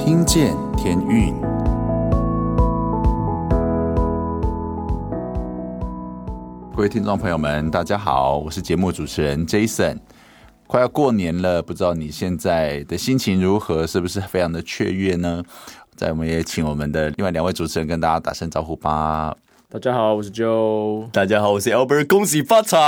听见天运。各位听众朋友们，大家好，我是节目主持人 Jason。快要过年了，不知道你现在的心情如何，是不是非常的雀跃呢？在我们也请我们的另外两位主持人跟大家打声招呼吧。 大家好，我是 Joe。 大家好，我是 Albert。恭喜发财！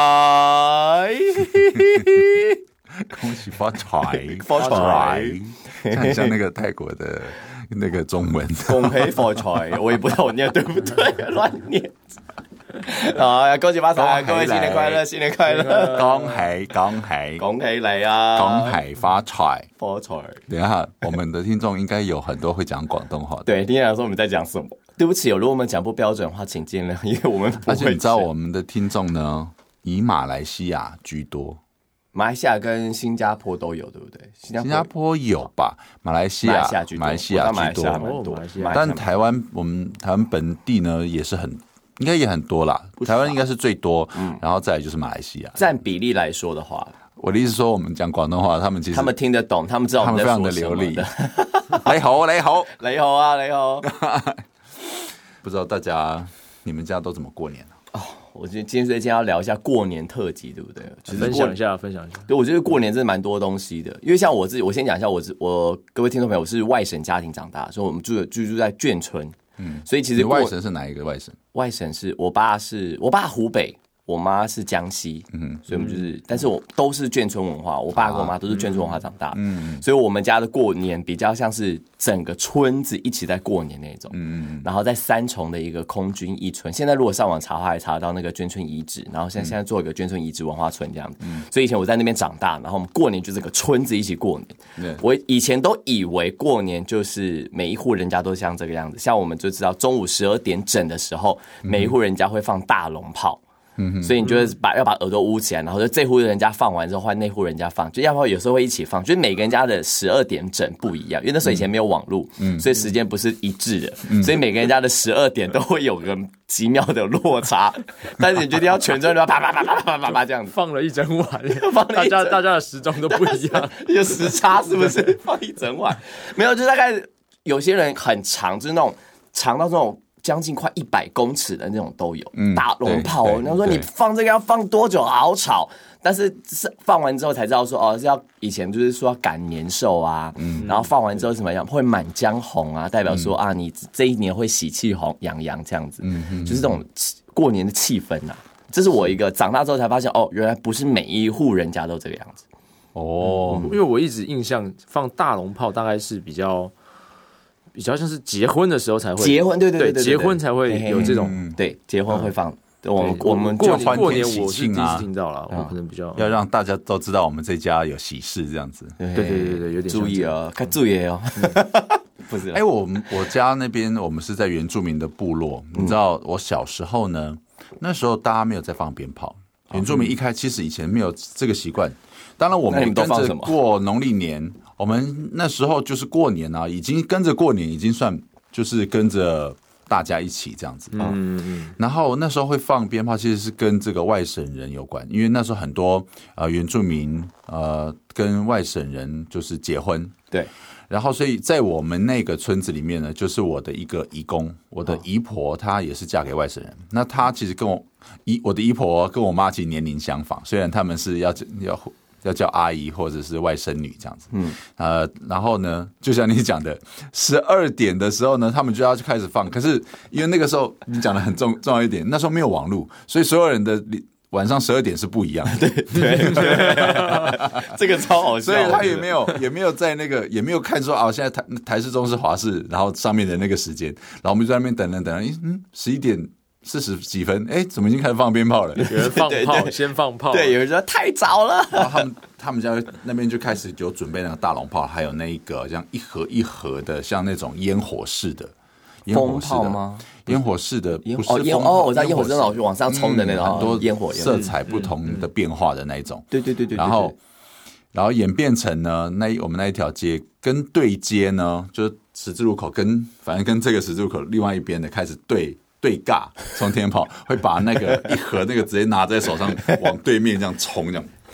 恭喜发财！ 发财！ 很像那个泰国的那个中文。 恭喜发财！我也不知道我念对不对，乱念。啊！恭喜发财！各位新年快乐，新年快乐！ 恭喜恭喜恭喜你啊！ 恭喜发财！ 发财！ 等一下，我们的听众应该有很多会讲广东话的。 对，听起来说我们在讲什么？对不起，如果我们讲不标准的话，请见谅，因为我们不会。 而且你知道我们的听众呢，以马来西亚居多。 马来西亚跟新加坡都有，对不对？新加坡有吧？马来西亚居多，但台湾我们台湾本地呢也是很。应该也很多啦，台湾应该是最多，然后再来就是马来西亚。 占比例来说的话， 我的意思说，我们讲广东话，他们其实他们听得懂，他们知道我们在说什么的， 他们非常的流利。你好，你好， 你好啊，你好。 不知道大家你们家都怎么过年哦，我觉得今天要聊一下过年特辑，对不对？ 分享一下。 对，我觉得过年真的蛮多东西的，因为像我自己，我先讲一下我各位听众朋友，我是外省家庭长大，所以我们居住在眷村。所以其实外省是哪一个外省？ 外省是我爸湖北，我妈是江西，所以我们就是，但是我都是眷村文化，我爸跟我妈都是眷村文化长大，所以我们家的过年比较像是整个村子一起在过年那种，然后在三重的一个空军一村，现在如果上网查的话，还查得到那个眷村遗址，然后现在做一个眷村遗址文化村这样子，所以以前我在那边长大，然后我们过年就这个村子一起过年，我以前都以为过年就是每一户人家都像这个样子，像我们就知道中午12点整的时候，每一户人家会放大龙炮。所以你就会要把耳朵捂起来，然后就这户人家放完之后换那户人家放，就要不然有时候会一起放，就是每个人家的12点整不一样，因为那时候以前没有网络，所以时间不是一致的，所以每个人家的12点都会有个奇妙的落差，但是你决定要全村都要啪啪啪啪啪啪啪这样子放了一整晚，大家的时钟都不一样， 有时差是不是？放一整晚没有，就大概有些人很长，就是那种长到这种。将近快100公尺的那种都有，大龙炮。然后说你放这个要放多久？好吵。但是放完之后才知道说，哦，是要以前就是说要赶年兽啊，然后放完之后怎么样会满江红啊，代表说啊你这一年会喜气洋洋这样子，就是这种过年的气氛啊。这是我一个长大之后才发现，哦，原来不是每一户人家都这个样子。 哦，因为我一直印象放大龙炮大概是比较像是结婚的时候才会结婚，对， 结婚才会有这种， 对，结婚会放。我们过年我是第一次听到了，我可能比较要让大家都知道我们这家有喜事这样子。 对，有点注意哦，看注意哦。不是， 我家那边我们是在原住民的部落，你知道我小时候呢，那时候大家没有在放鞭炮，原住民其实以前没有这个习惯。当然我们跟着过农历年。我们那时候就是过年啊，已经跟着过年，已经算就是跟着大家一起这样子啊。然后那时候会放鞭炮，其实是跟这个外省人有关，因为那时候很多原住民跟外省人就是结婚， 对。 然后所以在我们那个村子里面呢，就是我的一个姨公，我的姨婆她也是嫁给外省人。那她其实跟我的姨婆跟我妈其实年龄相仿，虽然他们是要叫阿姨或者是外甥女这样子，然后呢，就像你讲的，12点的时候呢，他们就要开始放。可是因为那个时候你讲的很重要一点，那时候没有网络，所以所有人的晚上12点是不一样的。 对，这个超好笑。 所以他也没有在那个也没有看说啊，现在台视、中视、华视，然后上面的那个时间，然后我们就在那边等，11点40几分，怎么已经开始放鞭炮了？ 有人放炮，先放炮。 对，有人说太早了。 然后他们家那边就开始有准备那个大龙炮，还有那一个像一盒一盒的，像那种烟火式的。 风炮吗？ 烟火式的不是烟火，我知道烟火是那种往上冲的那种， 很多烟火色彩不同的变化的那一种。 对。 然后演变成呢，我们那一条街跟对街呢，就是十字路口反正跟这个十字路口另外一边的开始对尬冲天炮，会把那个一盒那个直接拿在手上往对面这样冲这样。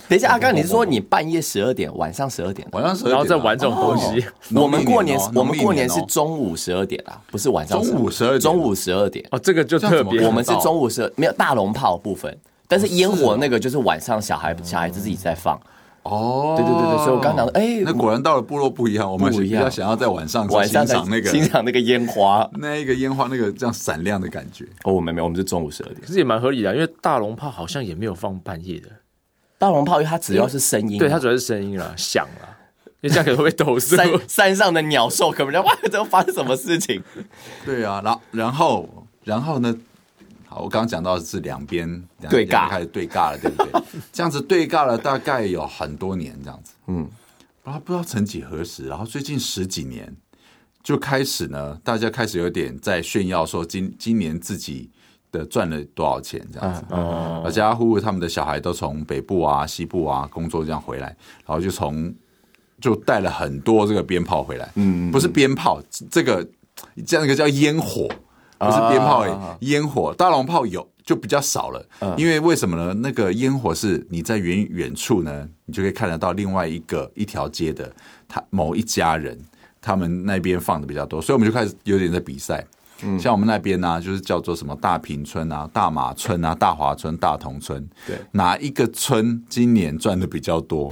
等一下，阿刚，你是说你半夜12点，晚上12点， 晚上12点， 然后再玩这种东西？ 我们过年是中午12点啊，不是晚上中午12点， 中午12点。 哦，这个就特别， 我们是中午没有大龙炮部分，但是烟火那个就是晚上小孩子自己在放。哦，对，所以我刚讲， 那果然到了部落不一样，我们比较想要在晚上欣赏那个烟花， 那一个烟花那个这样闪亮的感觉。 我们没有，我们是中午12点， 其实也蛮合理的，因为大龙炮好像也没有放半夜的。 大龙炮因为它主要是声音， 对，它主要是声音啦，响啦，因为这样可能会被抖死。 山上的鸟兽可能哇，这发生什么事情？ 对啊，然后呢？好，我刚刚讲到的是两边对尬， 开始对尬了，对不对？这样子对尬了大概有很多年，这样子，不知道曾几何时，然后最近10几年就开始呢，大家开始有点在炫耀说今年自己的赚了多少钱这样子，家家户户他们的小孩都从北部啊、西部啊工作这样回来，然后就带了很多这个鞭炮回来，不是鞭炮，这样一个叫烟火。不是鞭炮烟火，大龙炮就比较少了，因为为什么呢？那个烟火是你在远处呢，你就可以看得到另外一条街的某一家人，他们那边放的比较多，所以我们就开始有点在比赛。像我们那边呢，就是叫做什么大平村啊、大马村啊、大华村、大同村，对，哪一个村今年赚的比较多？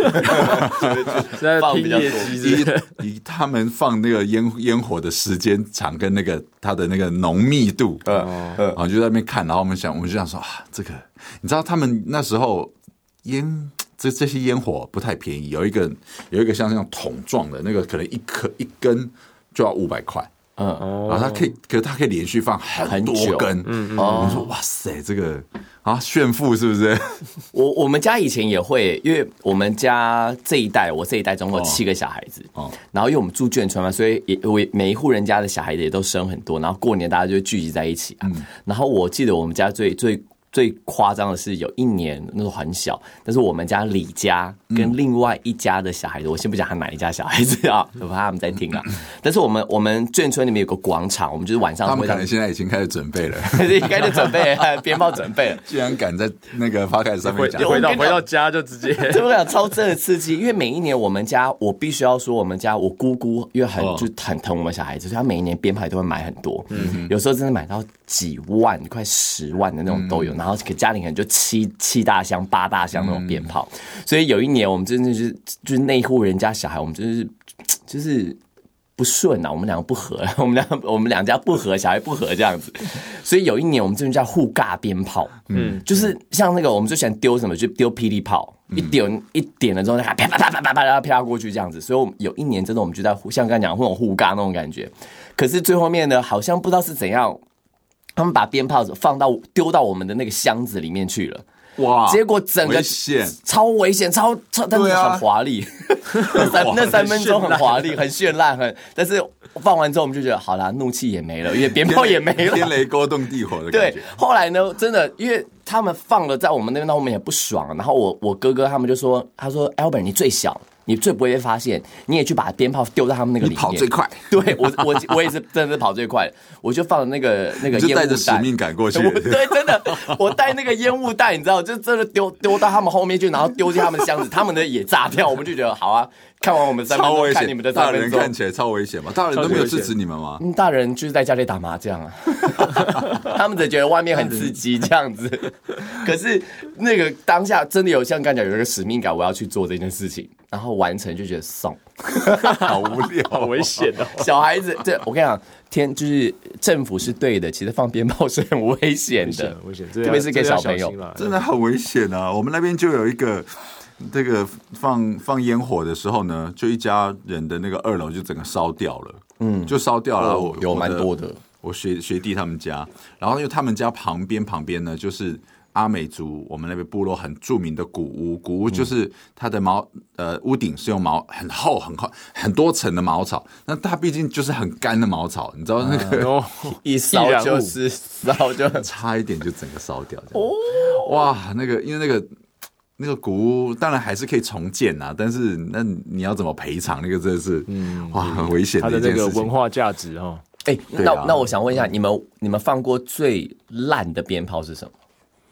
在拼业绩， 以他们放那个烟火的时间长跟它的那个浓密度，然后就在那边看，然后我们就想说啊，这个你知道他们那时候这些烟火不太便宜，有一个像那种桶状的那个，可能一根就要500块。然后它可以连续放很多根，我说哇塞，这个炫富是不是？ 我们家以前也会，因为我们家我这一代总共有7个小孩子，然后因为我们住眷村嘛，所以每一户人家的小孩子也都生很多，然后过年大家就聚集在一起啊。然后我记得我们家最夸张的是有一年那时候很小，但是我们家李家跟另外一家的小孩子，我先不讲他哪一家小孩子啊，我怕他们在听啊。但是我们眷村里面有个广场，我们就是晚上他们可能现在已经开始准备了， 应该就准备鞭炮准备了。 居然敢在那个podcast上面讲， 回到家就直接， 这我讲超真的刺激，因为每一年我们家，我必须要说我们家我姑姑因为就很疼我们小孩子，所以他每一年鞭炮都会买很多，有时候真的买到几万、快10万的那种都有。然后家里可能就7大箱、8大箱那种鞭炮，所以有一年我们真的就是那一户人家小孩，我们就是不顺啊，我们两个不合，我们两家不合，小孩不合这样子，所以有一年我们真的叫互尬鞭炮，就是像那个我们最喜欢丢什么，就丢霹雳炮，一点了之后，啪啪啪啪啪啪，然后飘过去这样子，所以我们有一年真的我们就在像刚才讲那种互尬那种感觉，可是最后面呢，好像不知道是怎样。他们把鞭炮丢到我们的那个箱子里面去了，哇！结果整个超危险，超，但是很华丽。那3分钟很华丽，很绚烂，但是放完之后我们就觉得好啦，怒气也没了，因为鞭炮也没了， 天雷勾动地火的感觉。 对，后来呢，真的因为他们放了在我们那边，那我们也不爽。然后我哥哥他们就说，他说 Albert 你最小。你最不会被发现，你也去把鞭炮丢在他们那个里面。 你跑最快， 对我也是真的是跑最快，我就放了那个烟雾弹， 就带着使命感过去。 对，真的，我带那个烟雾弹，你知道，就真的丢到他们后面去，然后丢进他们的箱子，他们的也炸掉。我们就觉得好啊，看完我们3分钟，看你们的3分钟， 大人看起来超危险嘛？大人都没有制止你们吗？ 大人就是在家里打麻将啊，他们只觉得外面很刺激这样子。可是那个当下真的有像刚才有一个使命感，我要去做这件事情。然后完成就觉得爽， 好无聊， 好危险哦！ 小孩子，这我跟你讲，就是政府是对的，其实放鞭炮是很危险的， 危险， 特别是给小朋友， 真的很危险啊！我们那边就有一个这个放烟火的时候呢，就一家人的那个2楼就整个烧掉了，就烧掉了， 有蛮多的。 我学弟他们家，然后因为他们家旁边呢就是。阿美族我们那边部落很著名的古屋就是它的屋顶是用很厚很多层的茅草，那它毕竟就是很干的茅草，你知道那个一烧就是烧就差一点就整个烧掉哦，哇，那个因为那个古屋当然还是可以重建啊，但是那你要怎么赔偿？那个真的是哇很危险的一件事情， 它的那个文化价值哦。 那我想问一下，你们放过最烂的鞭炮是什么？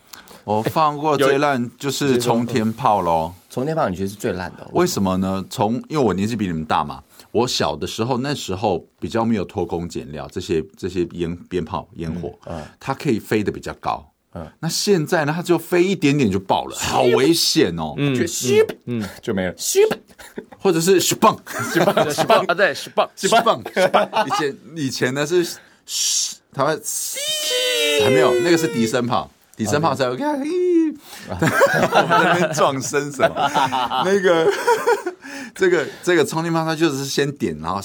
我放过最烂就是冲天炮咯。 冲天炮你觉得是最烂的？ 为什么呢？因为我年纪比你们大嘛，我小的时候那时候比较没有偷工减料，这些鞭炮烟火，它可以飞得比较高。那现在呢，它就飞一点点就爆了，好危险哦！ 就没了， 或者是咻棒啊，对，咻棒， 以前呢是它会还没有那个是笛声炮。笛声炮才会看，我们那边撞声什么？那个这个冲天炮，它就是先点，然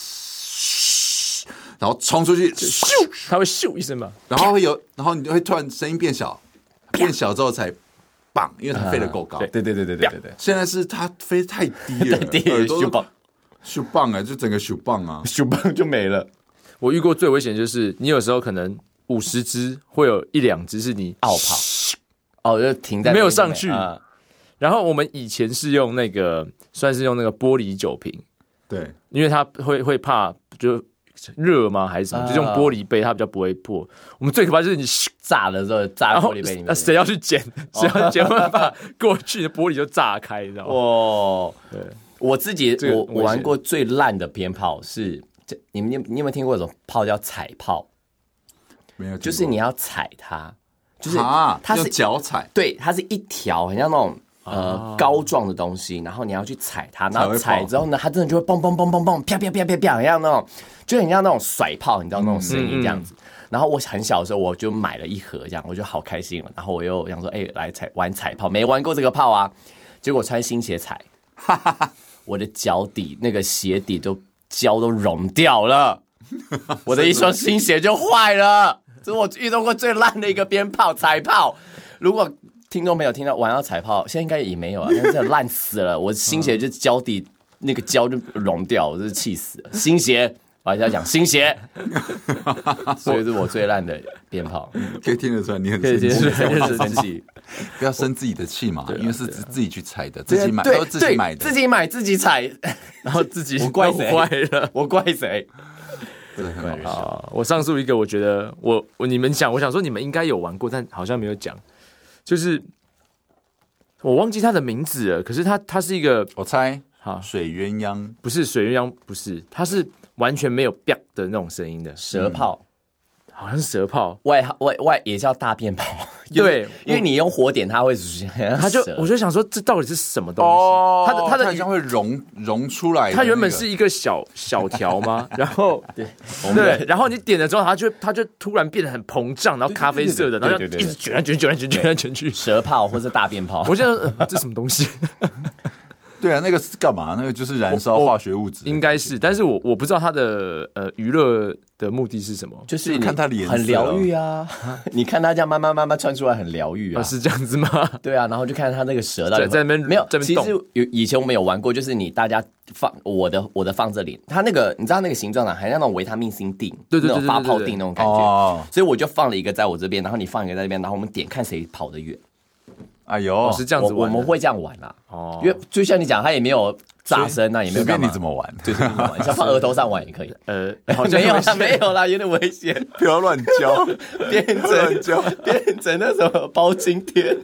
后冲出去，咻， 它会咻一声嘛， 然后你会突然声音变小之后才棒，因为它飞得够高。 对。 现在是它飞太低了，咻棒就整个咻棒啊， 咻棒就没了。 我遇过最危险的就是你有时候可能50只会有1-2只是你奥跑，就停在没有上去。然后我们以前是用算是用那个玻璃酒瓶， 对， 因为它会怕就热吗还是什么，就是用玻璃杯，它比较不会破。我们最可怕就是你炸的时候炸在玻璃杯里面， 谁要去捡？谁要捡办法过去的玻璃就炸开，你知道吗？ 对，我自己我玩过最烂的鞭炮是，你有没有听过一种炮叫踩炮？ 没有， 就是你要踩它，就是它是用脚踩， 对，它是一条很像那种膏状的东西，然后你要去踩它，然后踩之后呢，它真的就会蹦蹦蹦蹦蹦，啪啪啪啪啪，很像那种，就很像那种甩炮，你知道那种声音这样子。然后我很小的时候我就买了一盒这样，我就好开心了。然后我又想说，来玩踩炮，没玩过这个炮啊，结果穿新鞋踩，我的脚底那个鞋底胶都融掉了，我的一双新鞋就坏了。这是我遇到过最烂的一个鞭炮踩炮。如果听众朋友听到玩到踩炮，现在应该也没有啊，但是真的烂死了。我新鞋就脚底那个胶就融掉，我真是气死了。新鞋，我还是要讲新鞋，所以是我最烂的鞭炮。 可以听得出来你很生气，不要生自己的气嘛，因为是自己去踩的，自己买都自己买的， 自己买自己踩， 然后自己我怪谁？我怪谁？ 我上述一个，我觉得你们讲，我想说你们应该有玩过，但好像没有讲，就是我忘记它的名字了。可是它是一个， 我猜，水鸳鸯不是水鸳鸯，不是，它是完全没有啪的那种声音的蛇炮。 好像是蛇炮， 外也叫大便炮， 对， 因为你用火点它会出现， 我就想说这到底是什么东西？它的好像会融出来， 它原本是一个小条吗？然后对，然后你点了之后，它就突然变得很膨胀，然后咖啡色的，然后一直卷来卷去， 蛇炮或是大便炮。 我现在这什么东西？ 对啊，那个是干嘛？那个就是燃烧化学物质， 应该是，但是我不知道它的娱乐的目的是什么， 就是看它的颜色很疗愈啊。你看它这样慢慢穿出来，很疗愈啊， 是这样子吗？ 对啊，然后就看它那个蛇到底在那边没有。其实以前我们有玩过，就是大家放我的放这里，它那个你知道那个形状啊，还像那种维他命 C 锭，对那种发泡锭那种感觉，所以我就放了一个在我这边，然后你放一个在这边，然后我们点看谁跑得远。 哎呦， 是这样子玩， 我们会这样玩啦。因为就像你讲，它也没有炸声，那也没有干嘛， 你怎么玩？ 对，像放额头上玩也可以。 好像没有啦，有点危险， 不要乱教， 变成那什么包青天。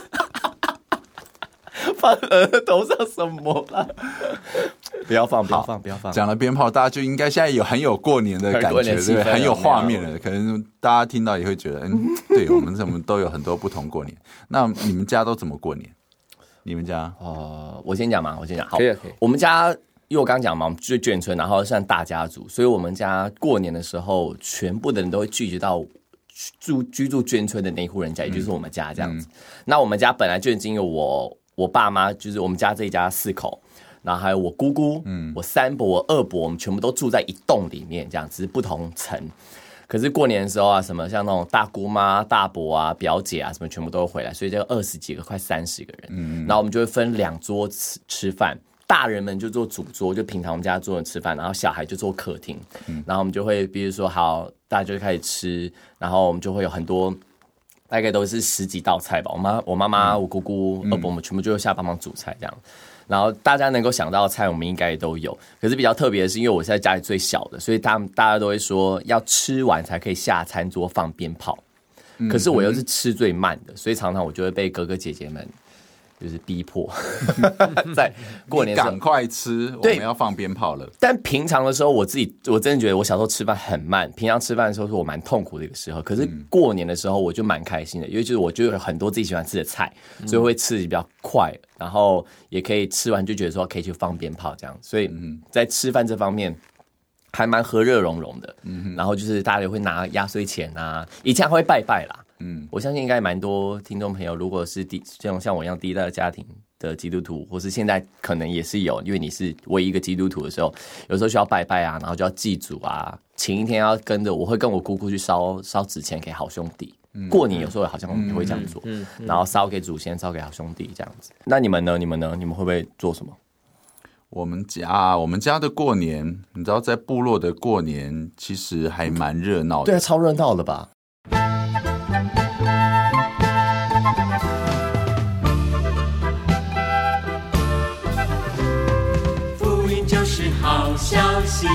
放额头上什么啦？不要放。 讲了鞭炮，大家就应该现在很有过年的感觉，对不对？很有画面了。可能大家听到也会觉得，对，我们都有很多不同过年。那你们家都怎么过年？你们家？ 我先讲嘛，好， 可以。 我们家因为我刚讲嘛，我们就眷村，然后算大家族，所以我们家过年的时候，全部的人都会聚集到居住眷村的那一户人家，也就是我们家这样子。那我们家本来就已经有我爸妈，就是我们家这一家4口，然后还有我姑姑，我3伯、我2伯，我们全部都住在一栋里面，这样只是不同层。可是过年的时候啊，什么像那种大姑妈、大伯啊、表姐啊，什么全部都会回来，所以就20几个，快30个人。然后我们就会分2桌吃饭，大人们就坐主桌，就平常我们家坐着吃饭，然后小孩就坐客厅。然后我们就会，比如说好，大家就开始吃，然后我们就会有很多。大概都是10几道菜吧，我妈妈、我姑姑、2伯，我们全部就下帮忙煮菜这样。然后大家能够想到的菜，我们应该都有。可是比较特别的是，因为我是在家里最小的，所以大家都会说要吃完才可以下餐桌放鞭炮。 可是我又是吃最慢的，所以常常我就会被哥哥姐姐们就是逼迫在过年赶快吃，我们要放鞭炮了。 但平常的时候，我真的觉得我小时候吃饭很慢，平常吃饭的时候是我蛮痛苦的一个时候。可是过年的时候，我就蛮开心的，因为就是我就有很多自己喜欢吃的菜，所以会吃的比较快，然后也可以吃完就觉得说可以去放鞭炮这样。所以在吃饭这方面还蛮和热融融的。然后就是大家也会拿压岁钱啊，以前还会拜拜啦。我相信应该蛮多听众朋友，如果是像我一样第一代家庭的基督徒，或是现在可能也是有，因为你是唯一一个基督徒的时候，有时候需要拜拜啊，然后就要祭祖啊，前一天要我会跟我姑姑去烧纸钱给好兄弟。过年有时候好像也会这样做，然后烧给祖先，烧给好兄弟这样子。那你们呢？你们会不会做什么？ 我们家的过年，你知道，在部落的过年其实还蛮热闹的。 对啊，超热闹的吧？ 福音就是好消息，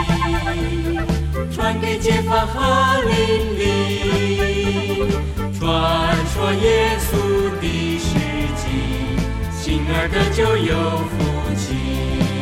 传给街坊和邻里，传说耶稣的事迹，信而得救有福气。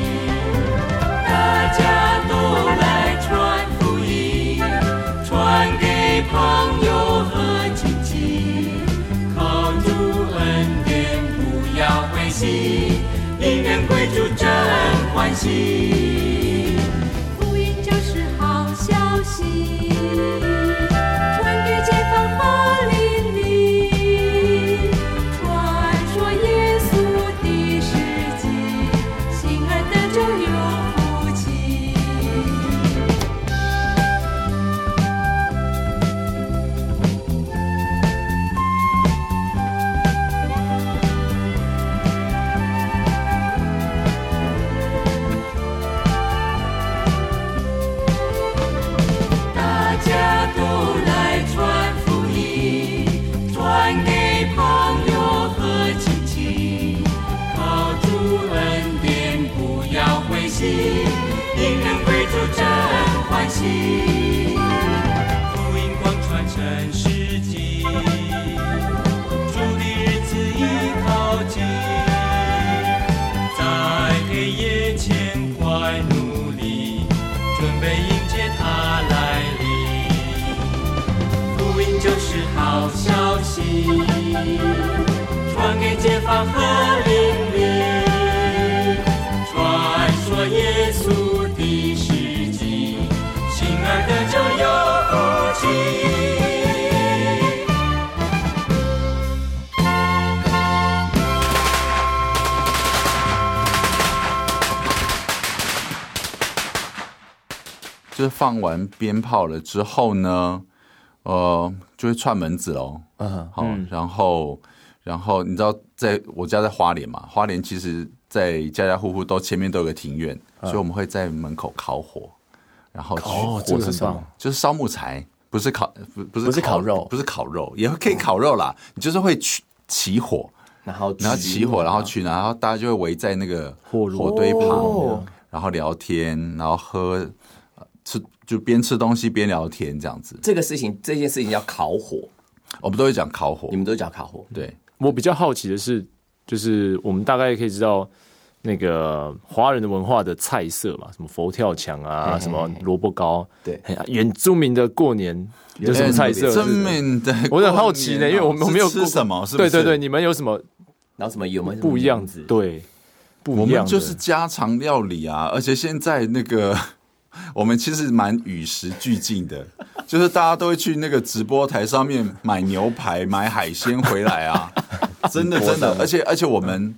大家都来传福音，传给朋友和亲戚，靠主恩典不要灰心，因人归主真欢喜。 福音就是好消息，传给街坊和邻里，传说耶稣的事迹，信而得救有福气。 大家都来传福音，传给朋友和亲戚，靠主恩典不要灰心，因人归主真欢喜。福音光传全世界，主的日子已靠近，在黑夜前快努力，准备迎接他来临。福音就是好消息，传给街坊和邻里，传说耶稣的事迹，信而得救有福气。 就是放完鞭炮了之后呢，就会串门子喽。好，然后你知道，在我家在花莲嘛，花莲其实在家家户户都前面都有个庭院，所以我们会在门口烤火，然后这个很棒， 就是烧木材，不是烤肉， 不是烤肉，也可以烤肉啦。你就是会起火， 然后起火，然后大家就会围在那个火堆旁，然后聊天，然后喝。就边吃东西边聊天这样子。这件事情叫烤火， 我们都会讲烤火， 你们都讲烤火。 对， 我比较好奇的是，就是我们大概可以知道那个华人的文化的菜色嘛，什么佛跳墙啊，什么萝卜糕。 对， 原住民的过年有什么菜色？我很好奇呢，因为我没有吃什么，是不是？ 对，你们有什么？ 然后有没有不一样子？对，不一样的。 我们就是家常料理啊，而且现在那个。我们其实蛮与时俱进的，就是大家都会去那个直播台上面买牛排、买海鲜回来啊，真的，而且我们，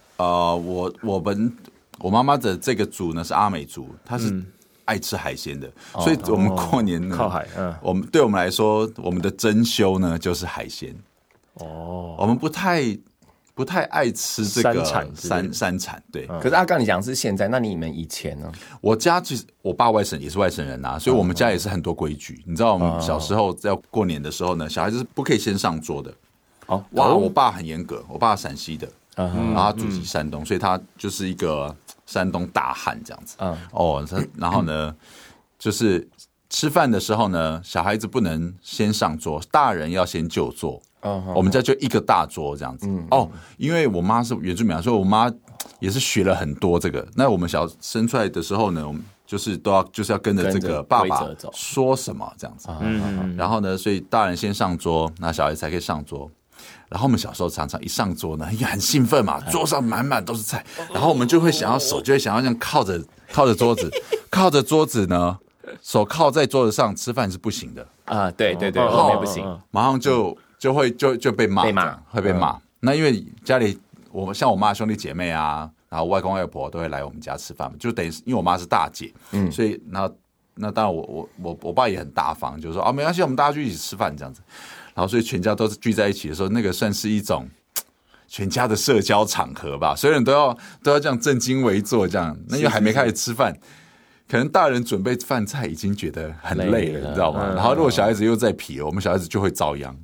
我妈妈的这个族呢是阿美族，她是爱吃海鲜的，所以我们过年呢靠海， 对我们来说，我们的珍馐呢就是海鲜。我们不太爱吃这个山产，对。 可是阿刚你讲的是现在，那你们以前呢？ 我家其实我爸也是外省人啊，所以我们家也是很多规矩。你知道，我们小时候在过年的时候呢，小孩子是不可以先上桌的。我爸很严格，我爸陕西的，然后他祖籍山东，所以他就是一个山东大汉这样子。然后呢，就是吃饭的时候呢，小孩子不能先上桌，大人要先就座。我们家就一个大桌这样子。因为我妈是原住民，所以我妈也是学了很多这个。那我们生出来的时候呢，我们就是要跟着这个爸爸说什么这样子。然后呢，所以大人先上桌，那小孩子才可以上桌。然后我们小时候常常一上桌呢，因为很兴奋嘛，桌上满满都是菜，然后我们就会想要手就会想要这样靠着桌子，靠着桌子呢，手靠在桌子上吃饭是不行的啊。对，后面不行， 马上就会被骂，会被骂。那因为家里像我妈的兄弟姐妹啊，然后外公外婆都会来我们家吃饭，就等于因为我妈是大姐，所以那当然我爸也很大方，就是说没关系，我们大家就一起吃饭这样子。然后所以全家都是聚在一起的时候，那个算是一种全家的社交场合吧，所有人都要这样正襟危坐这样。那因为还没开始吃饭，可能大人准备饭菜已经觉得很累了，你知道吗？然后如果小孩子又在皮，我们小孩子就会遭殃。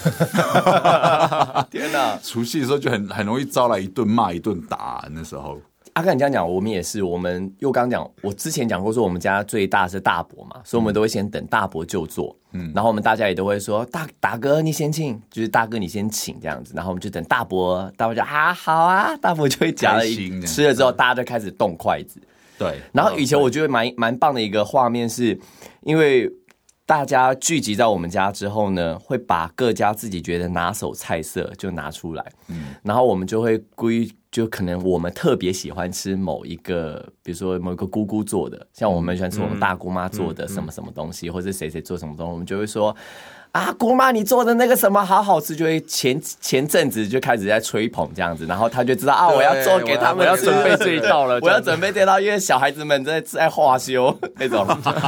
天哪！ 除夕的时候就很容易招来一顿骂一顿打。那时候阿干你这样讲，我们也是。我们又刚讲，我之前讲过说，我们家最大是大伯嘛，所以我们都会先等大伯就座。然后我们大家也都会说大哥你先请，就是大哥你先请这样子。然后我们就等大伯就好啊，大伯就会夹了吃了之后，大家就开始动筷子。 对。 然后以前我觉得蛮棒的一个画面是，因为大家聚集在我们家之后呢，会把各家自己觉得拿手菜色就拿出来，然后我们就会就可能我们特别喜欢吃某一个，比如说某一个姑姑做的，像我们喜欢吃我们大姑妈做的什么什么东西，或者谁做什么东西，我们就会说姑妈你做的那个什么好好吃，就会前阵子就开始在吹捧这样子，然然后他就知道我要做给他们， 我要准备这一道了， 我要准备这一道，因为小孩子们在化修那种。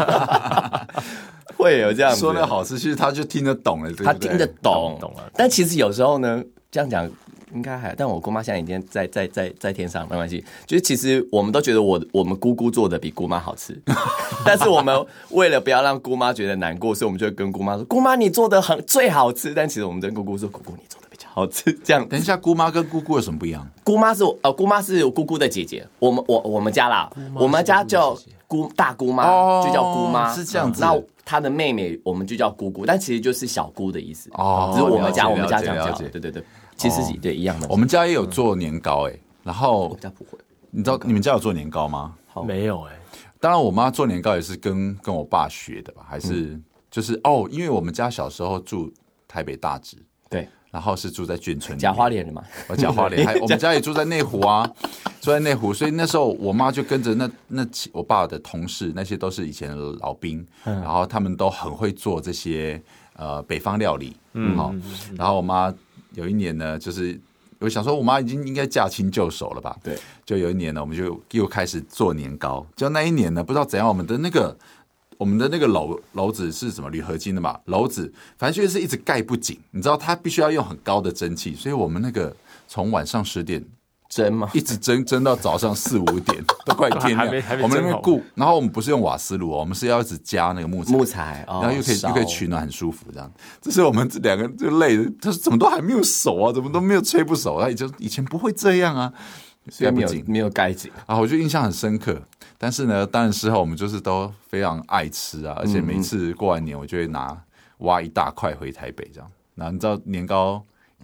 会有这样子说那好吃，其实他就听得懂了，对不对？ 他听得懂了。但其实有时候呢，这样讲应该还，但我姑妈现在已经在天上，没关系。就是其实我们都觉得我们姑姑做的比姑妈好吃，但是我们为了不要让姑妈觉得难过，所以我们就会跟姑妈说：“姑妈你做的最好吃。”但其实我们跟姑姑说：“姑姑你做的比较好吃。”这样。 等一下，姑妈跟姑姑有什么不一样？ 姑妈是我姑姑的姐姐，我们家啦，我们家叫大姑妈，就叫姑妈， 是这样子。 那她的妹妹我们就叫姑姑，但其实就是小姑的意思。只是我们家这样叫。对，其实对一样的。 我们家也有做年糕然后我家不会。 你知道你们家有做年糕吗？ 没有当然我妈做年糕也是跟我爸学的吧，还是就是因为我们家小时候住台北大直， 对。 然后是住在眷村， 假花莲的嘛， 假花莲，我们家也住在内湖啊，住在内湖，所以那时候我妈就跟着我爸的同事，那些都是以前的老兵，然后他们都很会做这些北方料理，然后我妈有一年呢，就是我想说我妈已经应该驾轻就熟了吧， 对， 就有一年呢，我们就又开始做年糕，就那一年呢，不知道怎样，我们的那个篓子是什么铝合金的嘛？篓子反正就是一直盖不紧，你知道它必须要用很高的蒸汽，所以我们那个从晚上10点蒸嘛， 一直蒸到早上4、5点，都快天亮。我们那边顾，然后我们不是用瓦斯炉，我们是要一直加那个木材，然后又可以取暖，很舒服这样。这是我们两个就累的，他说怎么都还没有熟啊，怎么都没有吹不熟，他以前不会这样啊。 所以没有盖紧啊，我就印象很深刻。但是呢，当然事后我们就是都非常爱吃啊，而且每次过完年，我就会挖一大块回台北这样。然后你知道年糕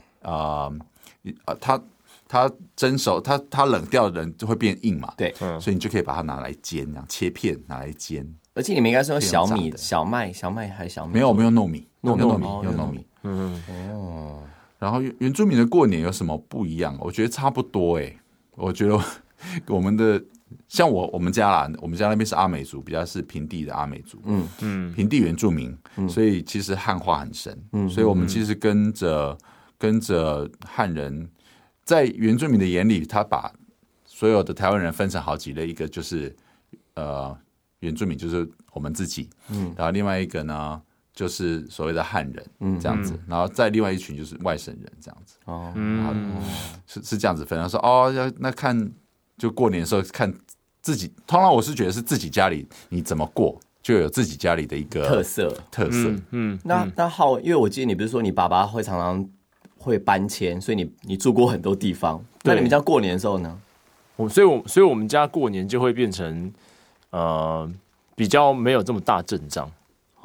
它蒸熟，它冷掉的人就会变硬嘛， 对， 所以你就可以把它拿来煎，这样切片拿来煎。 而且你们应该是用小米、小麦还是小米？ 没有，我们用糯米，用糯米。然后原住民的过年有什么不一样？我觉得差不多我觉得我们的像我们家啦，我们家那边是阿美族，比较是平地的阿美族，平地原住民，所以其实汉化很深，所以我们其实跟着汉人，在原住民的眼里，他把所有的台湾人分成好几类，一个就是原住民，就是我们自己，然后另外一个呢，就是所谓的汉人，这样子，然后再另外一群就是外省人，这样子，然后是这样子分。他说那看就过年的时候看自己，通常我是觉得是自己家里你怎么过，就有自己家里的一个特色。 那浩，因为我记得你不是说你爸爸会常常会搬迁，所以你住过很多地方。那你们家过年的时候呢？ 所以我们家过年就会变成比较没有这么大阵仗。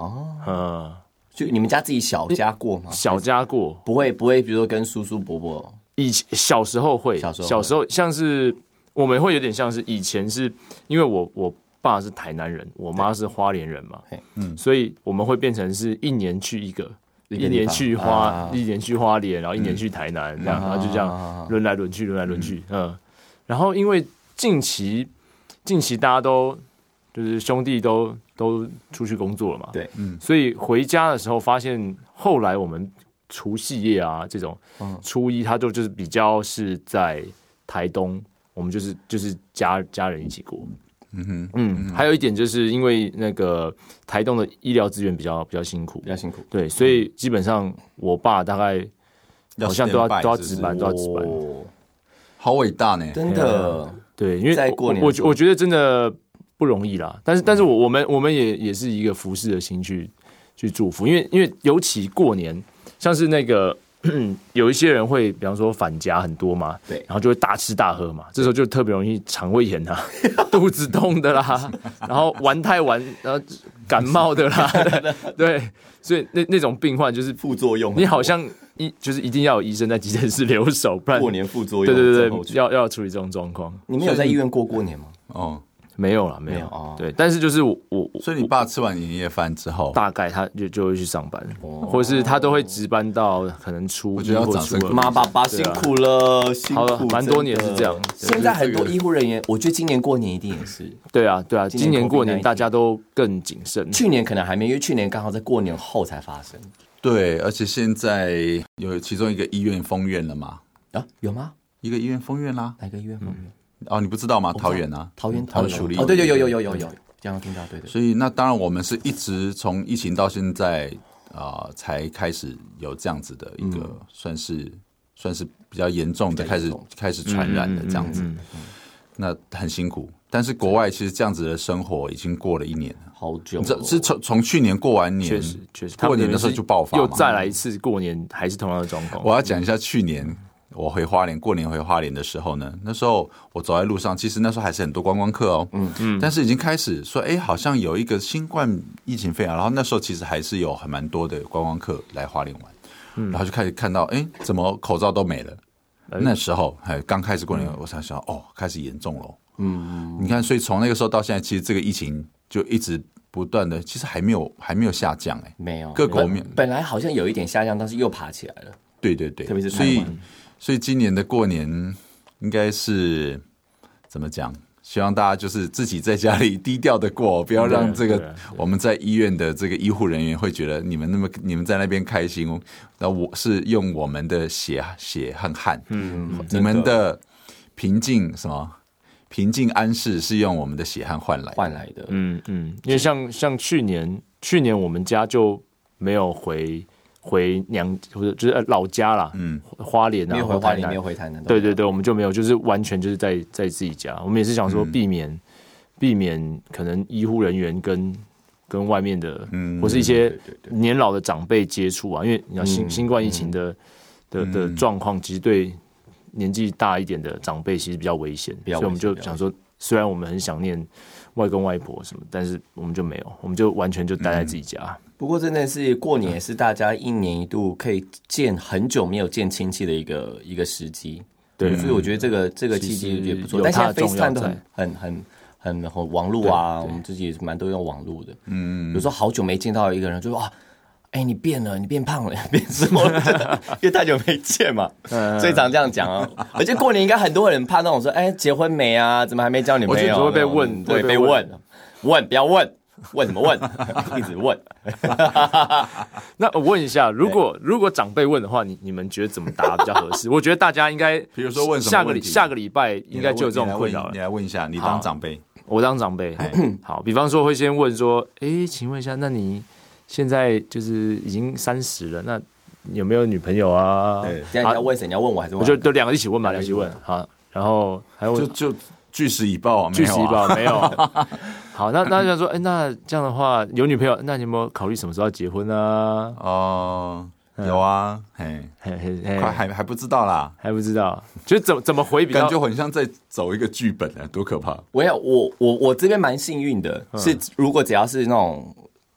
哦，就你们家自己小家过吗？ 小家过， 不会，比如说跟叔叔伯伯。 以前小时候会，小时候像是我们会有点像是以前是因为我爸是台南人，我妈是花莲人嘛，所以我们会变成是一年去一个。一年去花莲，然后一年去台南，这样，然后就这样轮来轮去，然后因为近期大家都就是兄弟都出去工作了嘛， 对， 所以回家的时候发现，后来我们除夕夜啊这种，初一他就是比较是在台东，我们就是家人一起过。还有一点就是因为那个台东的医疗资源比较辛苦，对，所以基本上我爸大概好像都要值班， 好伟大呢， 真的。 对，因为我觉得真的不容易啦。但是我们也是一个服侍的心去祝福，因为尤其过年，像是那个。有一些人会，比方说返家很多嘛， 对， 然后就会大吃大喝嘛，这时候就特别容易肠胃炎啊，肚子痛的啦，然后玩太晚，然后感冒的啦，对，所以那种病患就是副作用， 你好像就是一定要有医生在急诊室留守，不然过年副作用， 对，要处理这种状况。 你们有在医院过年吗？ 哦。没有哦，对，但是就是我， 所以你爸吃完年夜饭之后， 大概他就会去上班，或者是他都会值班到可能初一或初二。 妈，爸爸辛苦了，辛苦， 蛮多年是这样。 现在很多医护人员，我觉得今年过年一定也是。 对啊，今年过年大家都更谨慎。 去年可能还没，因为去年刚好在过年后才发生。 对，而且现在有其中一个医院封院了嘛？ 啊，有吗？ 一个医院封院啦？ 哪个医院封院？ 哦，你不知道吗？桃园啊， 桃园处理。 哦，对，有，这样听到，对。 所以那当然，我们是一直从疫情到现在才开始有这样子的一个算是比较严重的开始传染的这样子。那很辛苦，但是国外其实这样子的生活已经过了1年了， 好久。 是从去年过完年， 确实， 过年的时候就爆发， 又再来一次过年，还是同样的状况。 我要讲一下去年。我回花莲过年回花莲的时候呢，那时候我走在路上，其实那时候还是很多观光客哦，但是已经开始说，好像有一个新冠疫情肺炎，然后那时候其实还是有很蛮多的观光客来花莲玩，然后就开始看到，怎么口罩都没了？那时候刚开始过年，我才想，开始严重了。你看，所以从那个时候到现在，其实这个疫情就一直不断的，其实还没有下降没有， 各国本来好像有一点下降，但是又爬起来了。 对， 特别是台湾。 所以今年的过年应该是怎么讲？希望大家就是自己在家里低调的过，不要让这个我们在医院的这个医护人员会觉得你们在那边开心，那我是用我们的血和汗，你们的平静安适是用我们的血汗换来的， 因为像去年我们家就没有回娘或者就是老家啦，花莲啊， 没有回花莲，没有回台南， 对，我们就没有，就是完全就是在自己家。我们也是想说避免可能医护人员跟外面的或是一些年老的长辈接触啊，因为你知道新冠疫情的状况，其实对年纪大一点的长辈其实比较危险，所以我们就想说，虽然我们很想念外公外婆什么，但是我们就没有，我们就完全就待在自己家。 不过真的是过年，也是大家1年1度可以见很久没有见亲戚的一个时机。对，所以我觉得这个契机也不错。但现在 FaceTime 都很网络啊，我们自己也蛮多用网络的。有时候好久没见到一个人，就说你变了，你变胖了，变什么了？因为太久没见嘛，最常这样讲啊。而且过年应该很多人怕那种说，结婚没啊？怎么还没交女朋友？ 我会被问， 对，被问，不要问。问什么问？一直问。 那我问一下，如果长辈问的话，你们觉得怎么答比较合适？我觉得大家应该， 比如说问什么问题， 下个礼拜应该就有这种困扰了。 你来问一下，你当长辈， 我当长辈。好，比方说会先问说，请问一下，那你现在就是已经30了，那有没有女朋友啊？ 对，这样你要问谁？你要问我还是问？ 我就2个一起问嘛，2起问。好，然后还有就据实以报啊， 据实以报没有。好，那就说，那这样的话有女朋友，那你有没有考虑什么时候要结婚啊？ 有啊，还不知道啦， 还不知道，就是怎么回比较， 感觉很像在走一个剧本啊，多可怕！ 我这边蛮幸运的，是如果只要是那种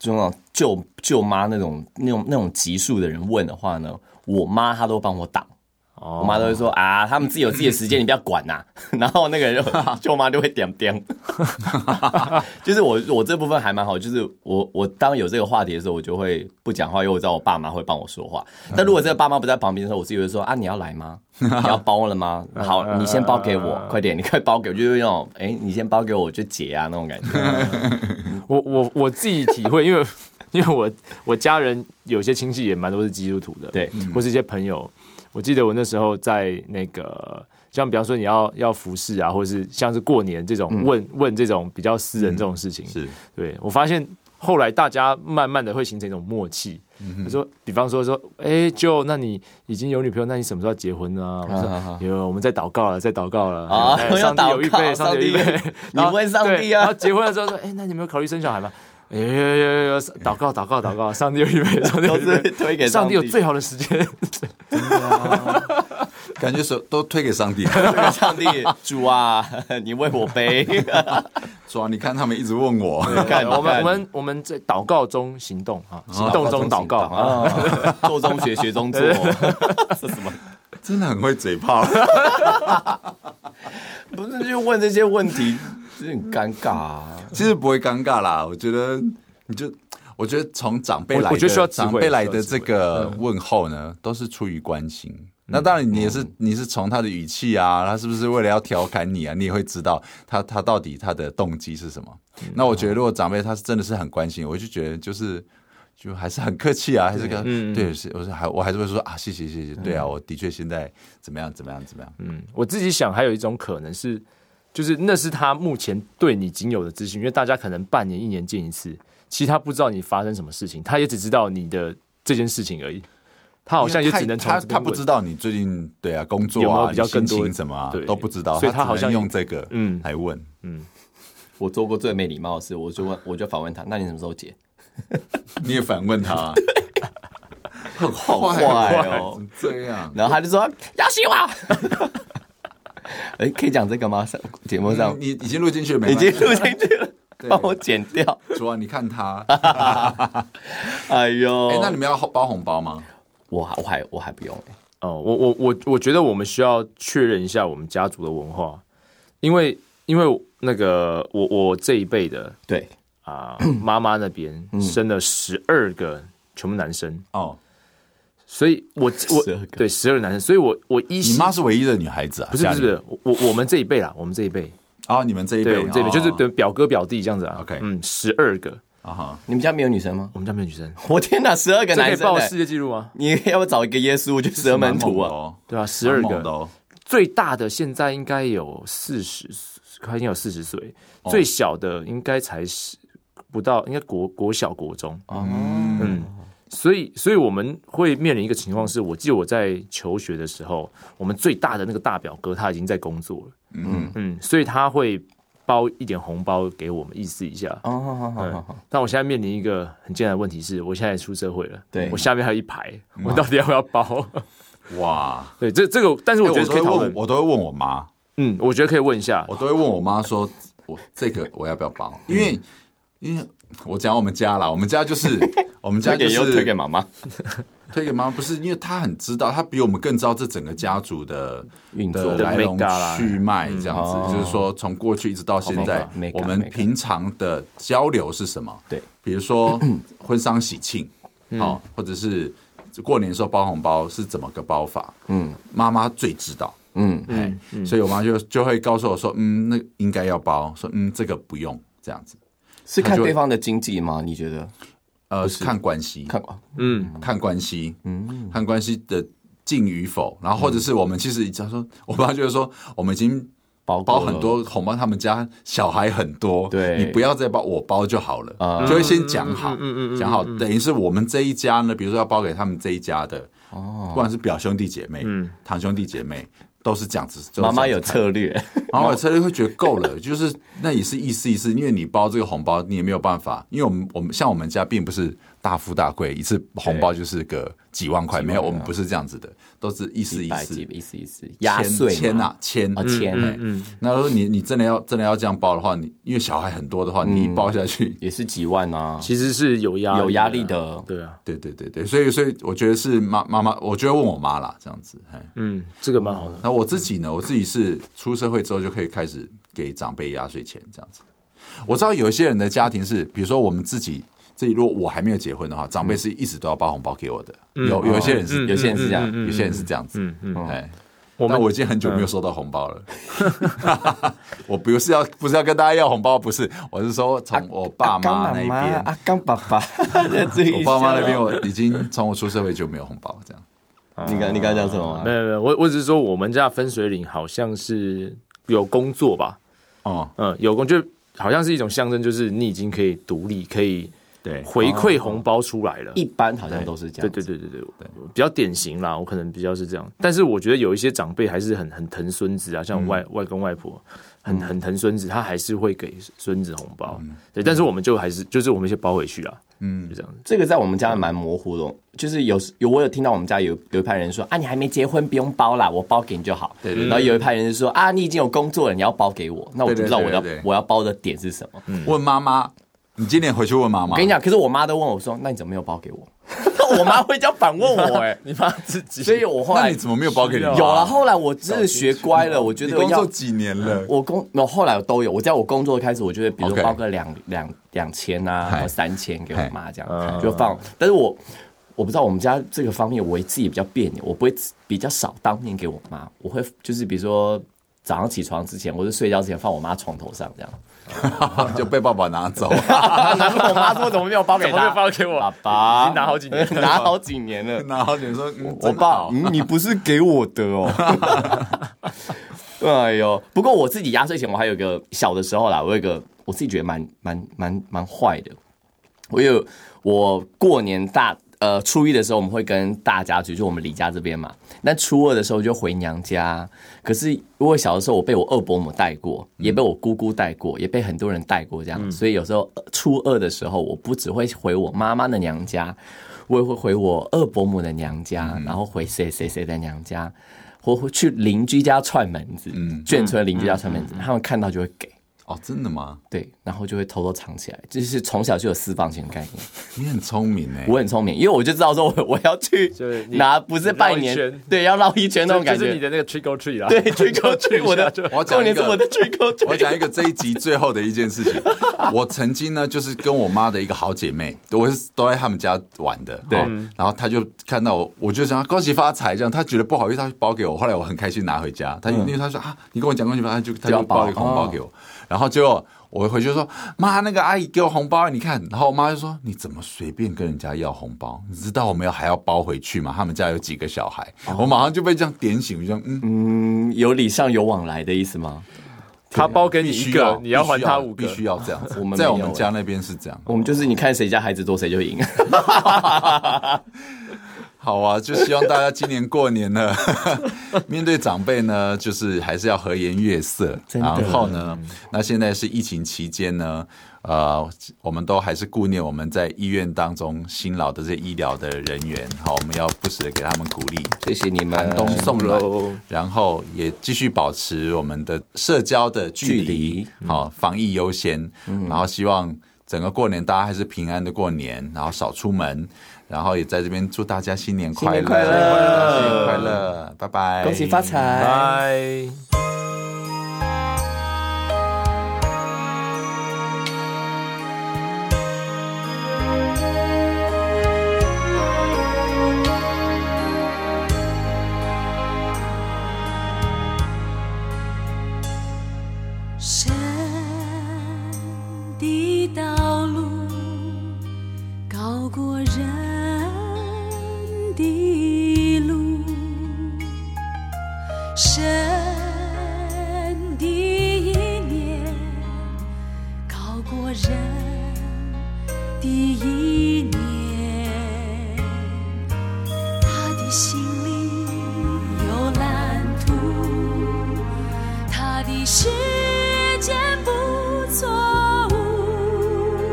就那种舅妈那种级数的人问的话呢，我妈她都帮我挡。我妈都会说啊，他们自己有自己的时间，你不要管呐。然后那个人舅妈就会点。就是我这部分还蛮好，就是我当有这个话题的时候，我就会不讲话，因为我知道我爸妈会帮我说话。但如果这个爸妈不在旁边的时候，我自己会说啊，你要来吗？你要包了吗？好，你先包给我，快点，你快包给我，就是那种你先包给我，我就结啊那种感觉。 我自己体会，因为我家人有些亲戚也蛮多是基督徒的， 对， 或是一些朋友。我记得我那时候在那个，像比方说你要服侍啊，或者是像是过年这种问这种比较私人这种事情， 是对我发现后来大家慢慢的会形成一种默契。说，比方说，就那你已经有女朋友，那你什么时候要结婚呢？我说有，我们在祷告了，在祷告了。上帝有预备，上帝有预备。 你问上帝啊？ 然后结婚的时候说，那你有没有考虑生小孩吗？祷告，上帝有预备，上帝有预备， 推给上帝有最好的时间。 感觉都推给上帝， 推给上帝。主啊，你为我背。 主啊，你看他们一直问我。 我们在祷告中行动啊，行动中祷告啊， 做中学，学中做。这什么？ 真的很会嘴炮。 不是，就问这些问题，有点尴尬啊。 其实不会尴尬啦，我觉得我觉得从长辈来的这个问候呢，都是出于关心。那当然，你是从他的语气啊，他是不是为了要调侃你啊？你也会知道他到底他的动机是什么。那我觉得，如果长辈他是真的是很关心，我就觉得就还是很客气啊，还是对，我还是会说啊，谢谢，对啊，我的确现在怎么样。 我自己想还有一种可能是，就是那是他目前对你仅有的资讯，因为大家可能半年、1年见一次，其实他不知道你发生什么事情，他也只知道你的这件事情而已。他好像也只能从他不知道你最近对啊工作啊有没有比较心情什么都不知道， 所以他好像用这个来问。 我做过最没礼貌的事，我就反问他，那你什么时候结？ 你也反问他， 很坏哦， 这样， 然后他就说要洗我。可以讲这个吗？节目上你已经录进去了没？ 已经录进去了，帮我剪掉。 主啊，你看他， 哎呦， 那你们要包红包吗？ 我还不用我觉得我们需要确认一下我们家族的文化，因为那个我这一辈的对妈妈那边生了12个全部男生哦， 所以我对12个男生，所以我你妈是唯一的女孩子啊？ 不是我们这一辈啦，我们这一辈你们这一辈， 就是表哥表弟这样子啊。 OK， 12个。 你们家没有女生吗？ 我们家没有女生。 我天哪，12个男生， 这可以报世界纪录吗？ 你要不要找一个耶稣，就12门徒啊？ 对啊，12个。最大的现在应该有40，快有40岁。最小的应该才不到，应该国小国中。所以我们会面临一个情况是，我记得我在求学的时候，我们最大的那个大表哥他已经在工作了。所以他会包一点红包给我们，意思一下。但我现在面临一个很艰难的问题是，我现在出社会了， 对我下面还有一排，我到底要不要包？ 哇， 对，这个，但是我觉得可以讨论。 我都会问我妈， 我觉得可以问一下， 我都会问我妈说，这个我要不要包？因为我讲我们家啦，我们家就是推给妈妈。 推给妈妈不是，因为他很知道，他比我们更知道这整个家族的运作来龙去脉，这样子，就是说从过去一直到现在，我们平常的交流是什么？ 对， 比如说婚丧喜庆，或者是过年的时候包红包是怎么个包法？妈妈最知道。所以我妈就会告诉我说，那应该要包，说这个不用这样子。 是看对方的经济吗？你觉得？ 看关系，看关系，看关系的近与否，然后或者是我们其实假如说，我爸就是说，我们已经包很多红包，他们家小孩很多， 对， 你不要再包，我包就好了，就会先讲好，讲好，等于是我们这一家呢，比如说要包给他们这一家的，不管是表兄弟姐妹、堂兄弟姐妹。都是这样子， 妈妈有策略， 妈妈有策略会觉得够了，就是那也是意思，因为你包这个红包，你也没有办法，因为我们像我们家并不是大富大贵，一次红包就是个几万块，没有，我们不是这样子的，都是意思压岁签啊，那如果你真的要这样包的话，你因为小孩很多的话，你一包下去也是几万啊， 其实是有压力的，对啊， 对，所以我觉得是妈妈，我就会问我妈啦，这样子， 这个蛮好的。 那我自己呢？我自己是出社会之后就可以开始给长辈压岁钱这样子。我知道有一些人的家庭是，比如说我们自己如果我还没有结婚的话，长辈是一直都要包红包给我的。有一些人是， 有些人是这样， 有些人是这样子。但我已经很久没有收到红包了。我不是要跟大家要红包，不是，我是说从我爸妈那一边， 阿刚爸爸， 我爸妈那边我已经从我出社会就没有红包这样。 你刚才讲什么？ 没有，我只是说我们家分水岭好像是有工作吧。有工就好像是一种象征，就是你已经可以独立，可以回馈红包出来了。 一般好像都是这样。 对，比较典型啦，我可能比较是这样。但是我觉得有一些长辈还是很疼孙子啊，像外公外婆很疼孙子，他还是会给孙子红包。对，但是我们就还是就是我们先包回去啊。就这样。 这个在我们家蛮模糊的，就是我有听到我们家有一派人说啊，你还没结婚不用包啦，我包给你就好。对，然后有一派人是说啊，你已经有工作了，你要包给我，那我就不知道我要包的点是什么。 问妈妈，你今年回去问妈妈。 我跟你讲，可是我妈都问我说，那你怎么没有包给我？我妈会这样反问我， 你妈自己。 所以我后来， 那你怎么没有包给你？ 有了，后来我真的学乖了，我觉得你工作几年了？ 后来都有。我在我工作开始，我就会比如说包个2000啊，或3000给我妈这样，就放。但是我不知道我们家这个方面，我自己比较别扭，我不会比较少当面给我妈，我会就是比如说早上起床之前，或者睡觉之前放我妈床头上这样。 就被爸爸拿走， 难怪我妈说怎么没有包给他？ 怎么没有包给我？ 爸爸已经拿好几年了， 拿好几年了， 拿好几年说， 我爸，你不是给我的哦。哎呦，不过我自己压岁钱，我还有一个小的时候啦，我有一个我自己觉得蛮坏的。我过年初一的时候，我们会跟大家族，就我们李家这边嘛。但初二的时候就回娘家。可是因为小的时候我被我二伯母带过，也被我姑姑带过，也被很多人带过这样。所以有时候初二的时候，我不只会回我妈妈的娘家，我也会回我二伯母的娘家，然后回谁的娘家，或会去邻居家串门子，眷村邻居家串门子，他们看到就会给。 哦，真的吗？ 对，然后就会偷偷藏起来，就是从小就有私房钱的概念。 你很聪明欸。 我很聪明，因为我就知道说我要去拿，不是拜年，对，要绕一圈那种感觉。 就是你的那个 trick or treat 啦。 对 ，trick or treat， 我的过年是我的 trick or treat。 我讲一个这一集最后的一件事情。我曾经呢，就是跟我妈的一个好姐妹，我是都在他们家玩的，对。然后她就看到我就讲恭喜发财这样，她觉得不好意思，她包给我。后来我很开心拿回家，因为她说啊，你跟我讲恭喜发财，她就包一个红包给我。然后结果我回去就说妈，那个阿姨给我红包，你看。然后我妈就说你怎么随便跟人家要红包？你知道我们还要包回去吗？他们家有几个小孩，我马上就被这样点醒，就有礼尚有往来的意思吗？ 他包给你一个，你要还他5个， 必须要这样子。在我们家那边是这样， 我们就是你看谁家孩子多谁就赢。 好啊，就希望大家今年过年呢，面对长辈呢，就是还是要和颜悦色。然后呢，那现在是疫情期间呢，我们都还是顾念我们在医院当中辛劳的这些医疗的人员。好，我们要不时的给他们鼓励， 谢谢你们， 寒冬送暖，然后也继续保持我们的社交的距离，好，防疫优先。然后希望整个过年大家还是平安的过年，然后少出门。然后也在这边祝大家新年快乐，新年快乐，拜拜， 恭喜发财， 拜。 神的道路高过人的路，神的意念高过人的意念，他的心里有蓝图，他的时间不错误，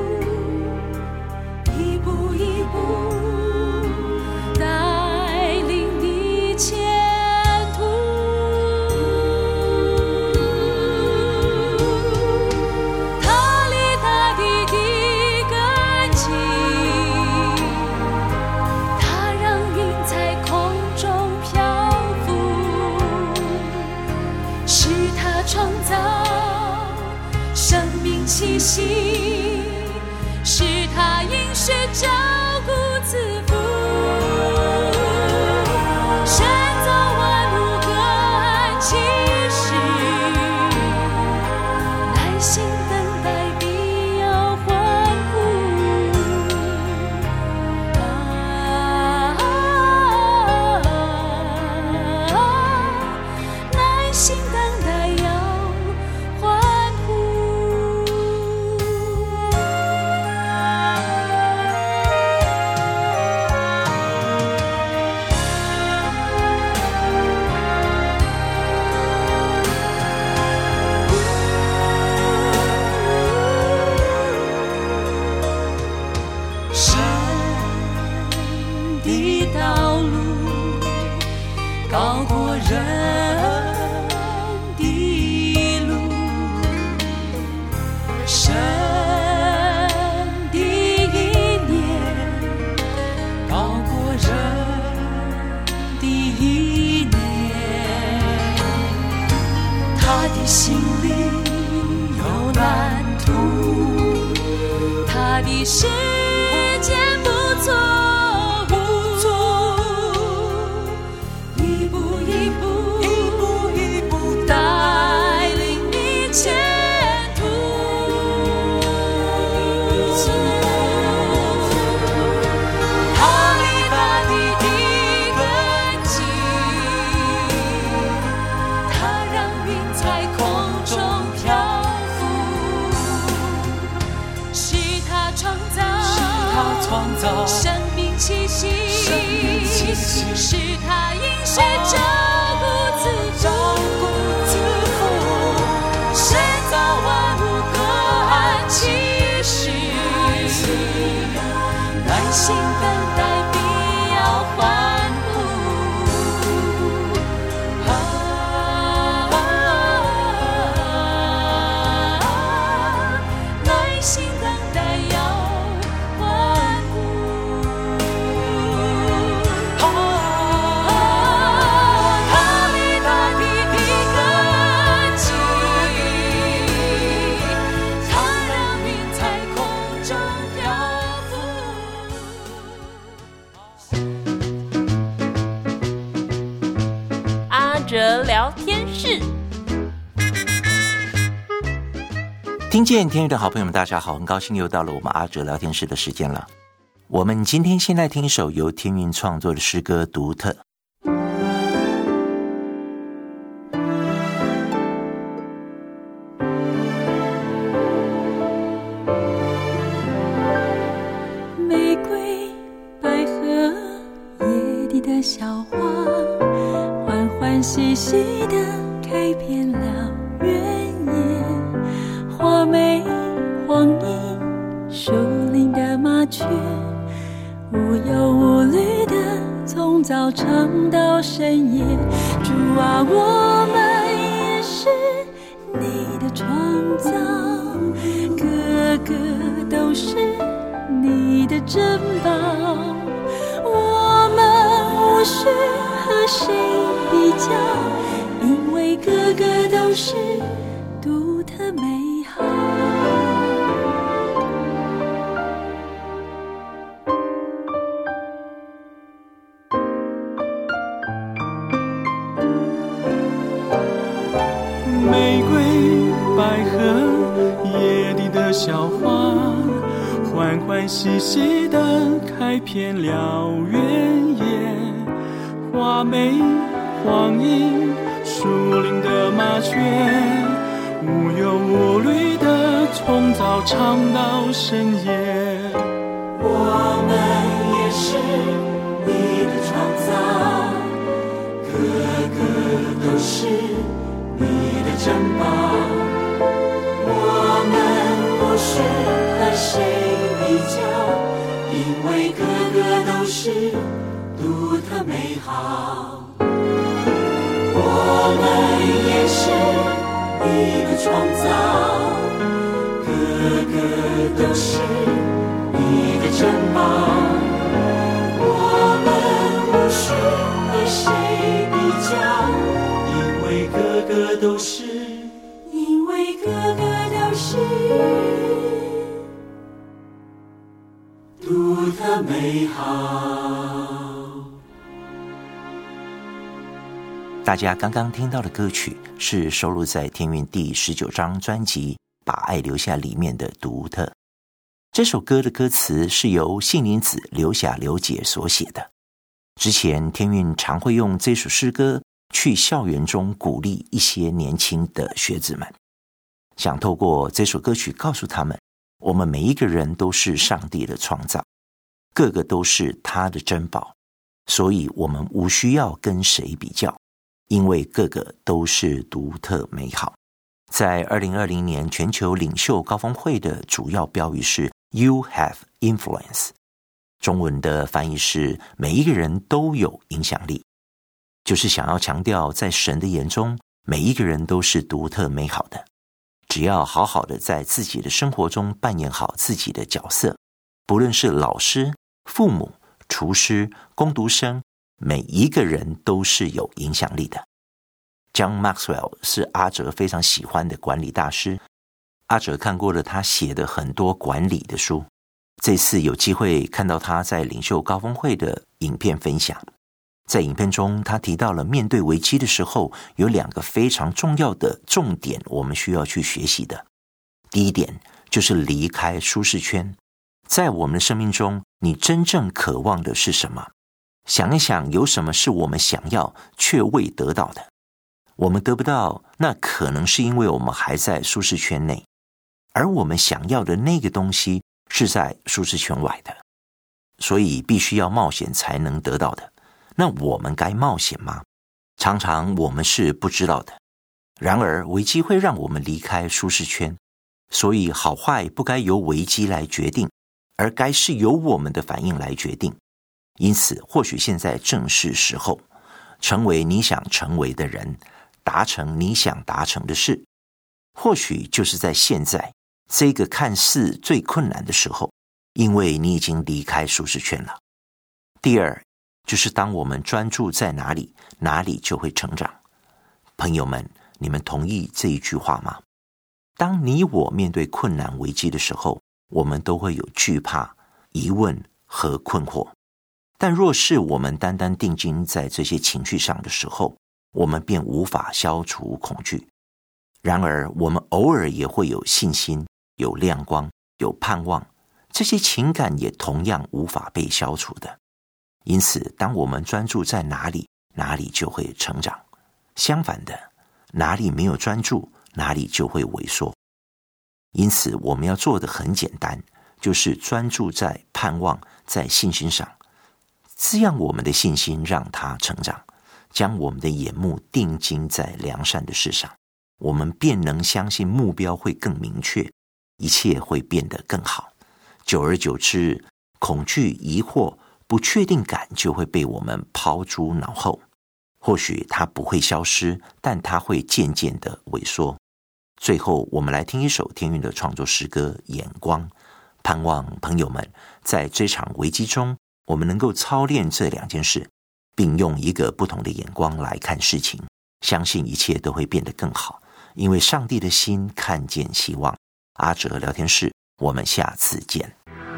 气息，是他饮食照顾自负，神造万物各按其时，耐心等待必要欢呼。耐心等待要欢呼。神的道路高过人的路，神的意念高过人的意念，他的心里有蓝图，他的时间不错误，一步一步带领你前途。他立大地的根基，他让云在空中漂浮，是他创造生命气息，是他饮食照顾自负，神造万物各按其时，耐心等待必要欢呼。耐心等待要欢呼。他立大地的根基，他让云在空中漂浮。 阿哲聊天室。 听见天宇的好朋友们，大家好，很高兴又到了我们阿哲聊天室的时间了。我们今天先来听一首由天云创作的诗歌《独特》。 玫瑰、百合、野地的小花，欢欢喜喜地开遍了原野。花梅、黄莺、树林的麻雀，无忧无虑的从早唱到深夜。主啊，我们也是你的创造，个个都是你的珍宝。我们无需和谁比较，因为个个都是独特美好。 玫瑰、百合、野地的小花，欢欢喜喜地开遍了原野。花梅、黄莺、树林的麻雀，无忧无虑地从早唱到深夜。 我们也是你的创造，个个都是你的珍宝。我们不是和谁比较，因为个个都是独特美好。我们也是你的创造，个个都是你的珍宝。我们无需和谁比较，因为个个都是，因为个个都是美好。 大家刚刚听到的歌曲是收录在天韵第19张专辑《把爱留下》里面的《独特》。这首歌的歌词是由杏林子刘霞刘姐所写的。之前天韵常会用这首诗歌去校园中鼓励一些年轻的学子们，想透过这首歌曲告诉他们，我们每一个人都是上帝的创造，个个都是他的珍宝，所以我们无需要跟谁比较，因为个个都是独特美好。在2020年全球领袖高峰会的主要标语是 You have influence， 中文的翻译是每一个人都有影响力，就是想要强调在神的眼中每一个人都是独特美好的，只要好好的在自己的生活中扮演好自己的角色，不论是老师、父母、厨师、工读生，每一个人都是有影响力的。John Maxwell 是阿哲非常喜欢的管理大师，阿哲看过了他写的很多管理的书，这次有机会看到他在领袖高峰会的影片分享。在影片中，他提到了面对危机的时候有2个非常重要的重点，我们需要去学习的。第一点就是离开舒适圈。在我们的生命中，你真正渴望的是什么？想一想，有什么是我们想要却未得到的？我们得不到，那可能是因为我们还在舒适圈内，而我们想要的那个东西是在舒适圈外的，所以必须要冒险才能得到的。那我们该冒险吗？常常我们是不知道的。然而危机会让我们离开舒适圈，所以好坏不该由危机来决定，而该是由我们的反应来决定。因此或许现在正是时候，成为你想成为的人，达成你想达成的事。或许就是在现在这个看似最困难的时候，因为你已经离开舒适圈了。第二，就是当我们专注在哪里，哪里就会成长。朋友们，你们同意这一句话吗？当你我面对困难危机的时候，我们都会有惧怕、疑问和困惑。但若是我们单单定睛在这些情绪上的时候，我们便无法消除恐惧。然而我们偶尔也会有信心、有亮光、有盼望，这些情感也同样无法被消除的。因此当我们专注在哪里，哪里就会成长。相反的，哪里没有专注，哪里就会萎缩。因此我们要做的很简单，就是专注在盼望，在信心上，滋养我们的信心，让它成长，将我们的眼目定睛在良善的事上，我们便能相信目标会更明确，一切会变得更好。久而久之，恐惧、疑惑、不确定感就会被我们抛诸脑后。或许它不会消失，但它会渐渐的萎缩。最后我们来听一首天韵的创作诗歌《眼光》，盼望朋友们在这场危机中，我们能够操练这2件事，并用一个不同的眼光来看事情，相信一切都会变得更好，因为上帝的心看见希望。阿哲聊天室，我们下次见。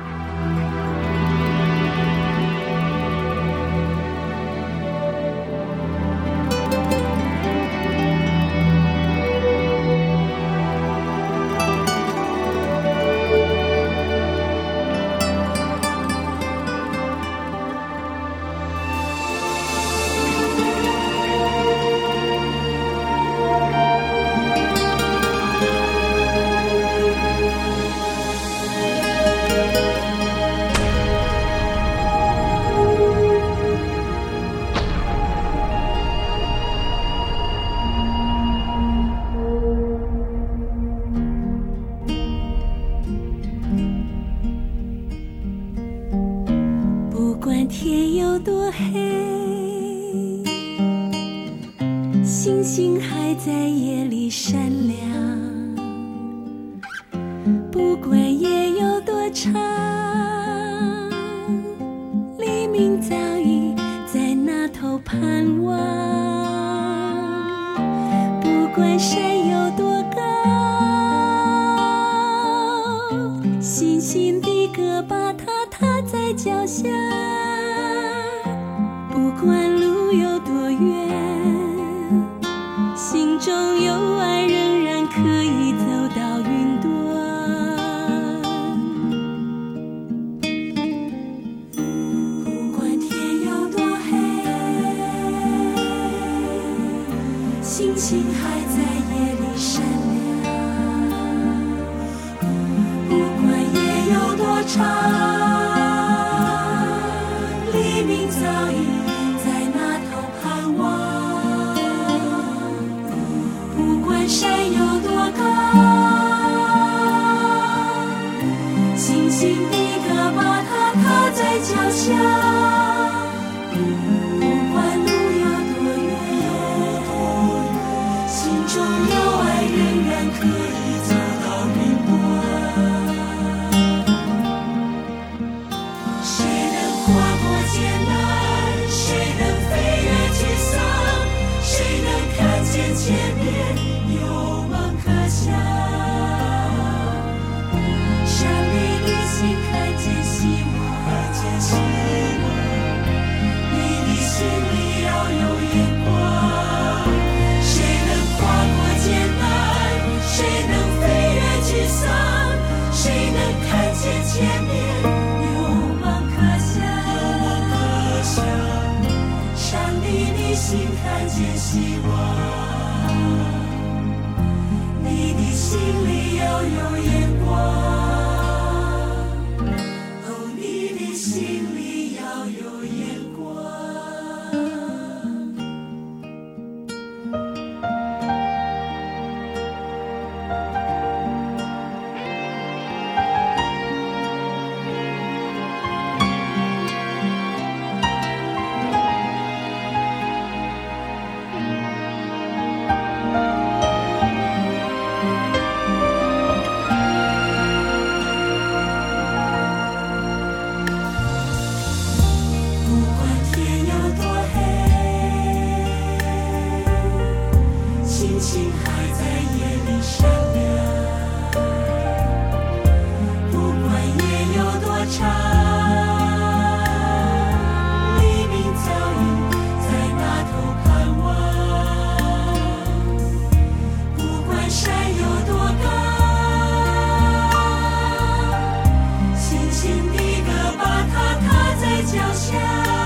天有多黑，星星还在夜里闪亮。不管夜有多长，黎明早已在那头盼望。不管山有多高，星星的歌把它踏在在脚下，不管路有多远，心中有爱仍然可以走到云端。不管天有多黑，星星还在夜里闪亮。不管夜有多长，黎明早已在那头盼望。不管山有多高，轻轻地个把它靠在脚下。不管路有多远，心中有爱仍然可以走到云端。谁能跨过艰难？谁能飞越沮丧？谁能看见前面有梦可想？山里的心看见希望，看见希望。你的心里要有眼光。谁能跨过艰难？谁能飞越沮丧？谁能看见前面有梦可想？上帝的心看见希望，你的心里要有眼光。哦，你的心里要有眼光。不管天有多黑，星星还在夜里闪亮。不管夜有多长，黎明早已在那头盼望。不管山有多高，轻轻地个把它踏在脚下。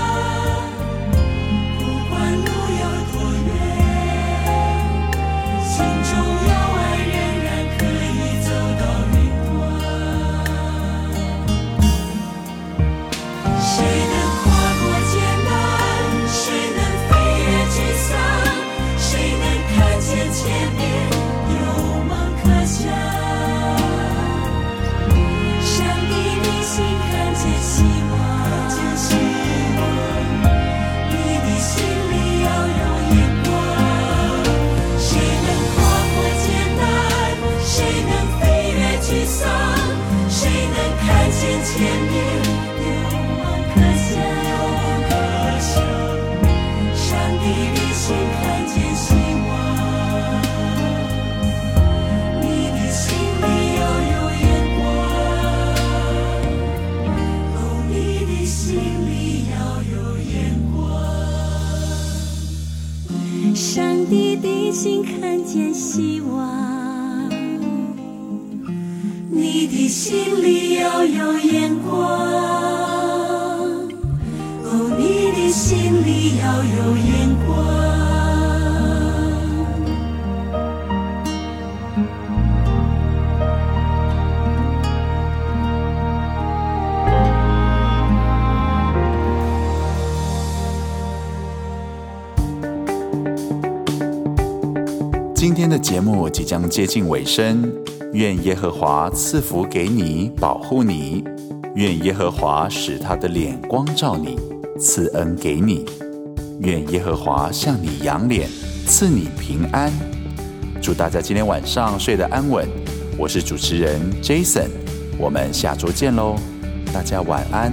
不管路有多远，心中有爱仍然可以走到云端。谁能跨过艰难？谁能飞越沮丧？谁能看见前面有梦可想？上帝的心看见希望，看见希望。你的心里要有眼光。谁能跨过艰难？谁能飞越沮丧？谁能看见前面有梦可想？上帝的心看见希望，你的心里要有眼光。哦，你的心里要有眼光。上帝的心看见希望，你的心里要有眼光。哦，你的心里要有眼光。 今天的节目即将接近尾声，愿耶和华赐福给你，保护你；愿耶和华使他的脸光照你，赐恩给你；愿耶和华向你扬脸，赐你平安。祝大家今天晚上睡得安稳。我是主持人 Jason， 我们下周见喽，大家晚安。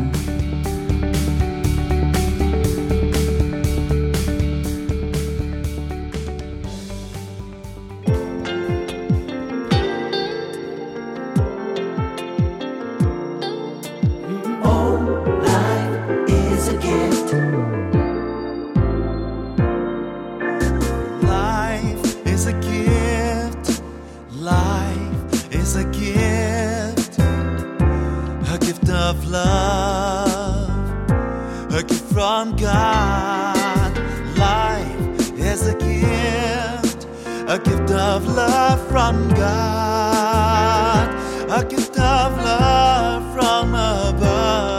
is a gift of love, a gift from God. Life is a gift of love from God, a gift of love from above.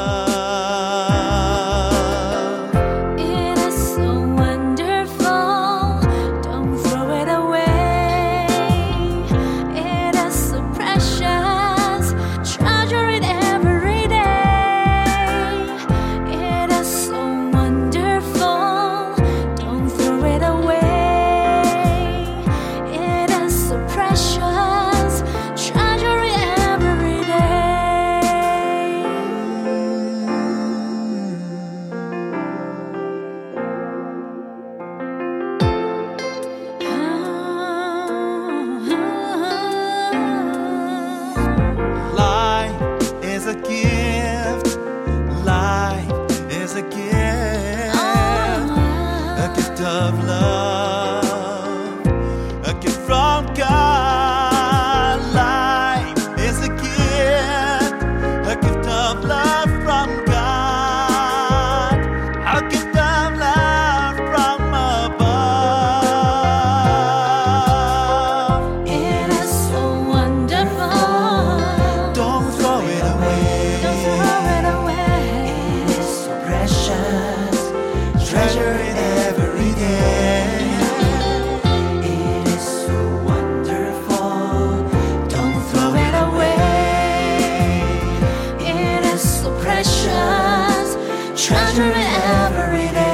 It is so wonderful, don't throw it away. It is so precious, treasure it every day. It is so wonderful, don't throw it away. It is so precious, treasure it every day. Life is a gift. Life is a gift. A gift of love. A gift from God. Life is a gift. A gift of love from God. A gift of love from above. It is so wonderful, Don't throw it away. don't throw it away. It is so precious. Treasure it every day. It is so wonderful. Don't throw it away. It is so precious, treasure it every day.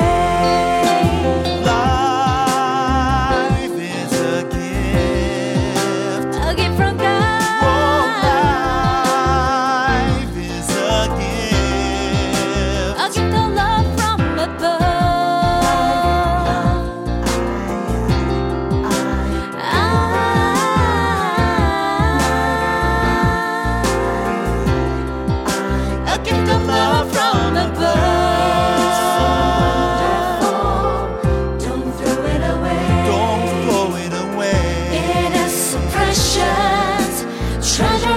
Life is a gift. A gift from Oh, God, life is a gift. a gift of love from above. A gift of love from above. Don't throw it away. Don't throw it away. It is so precious, treasure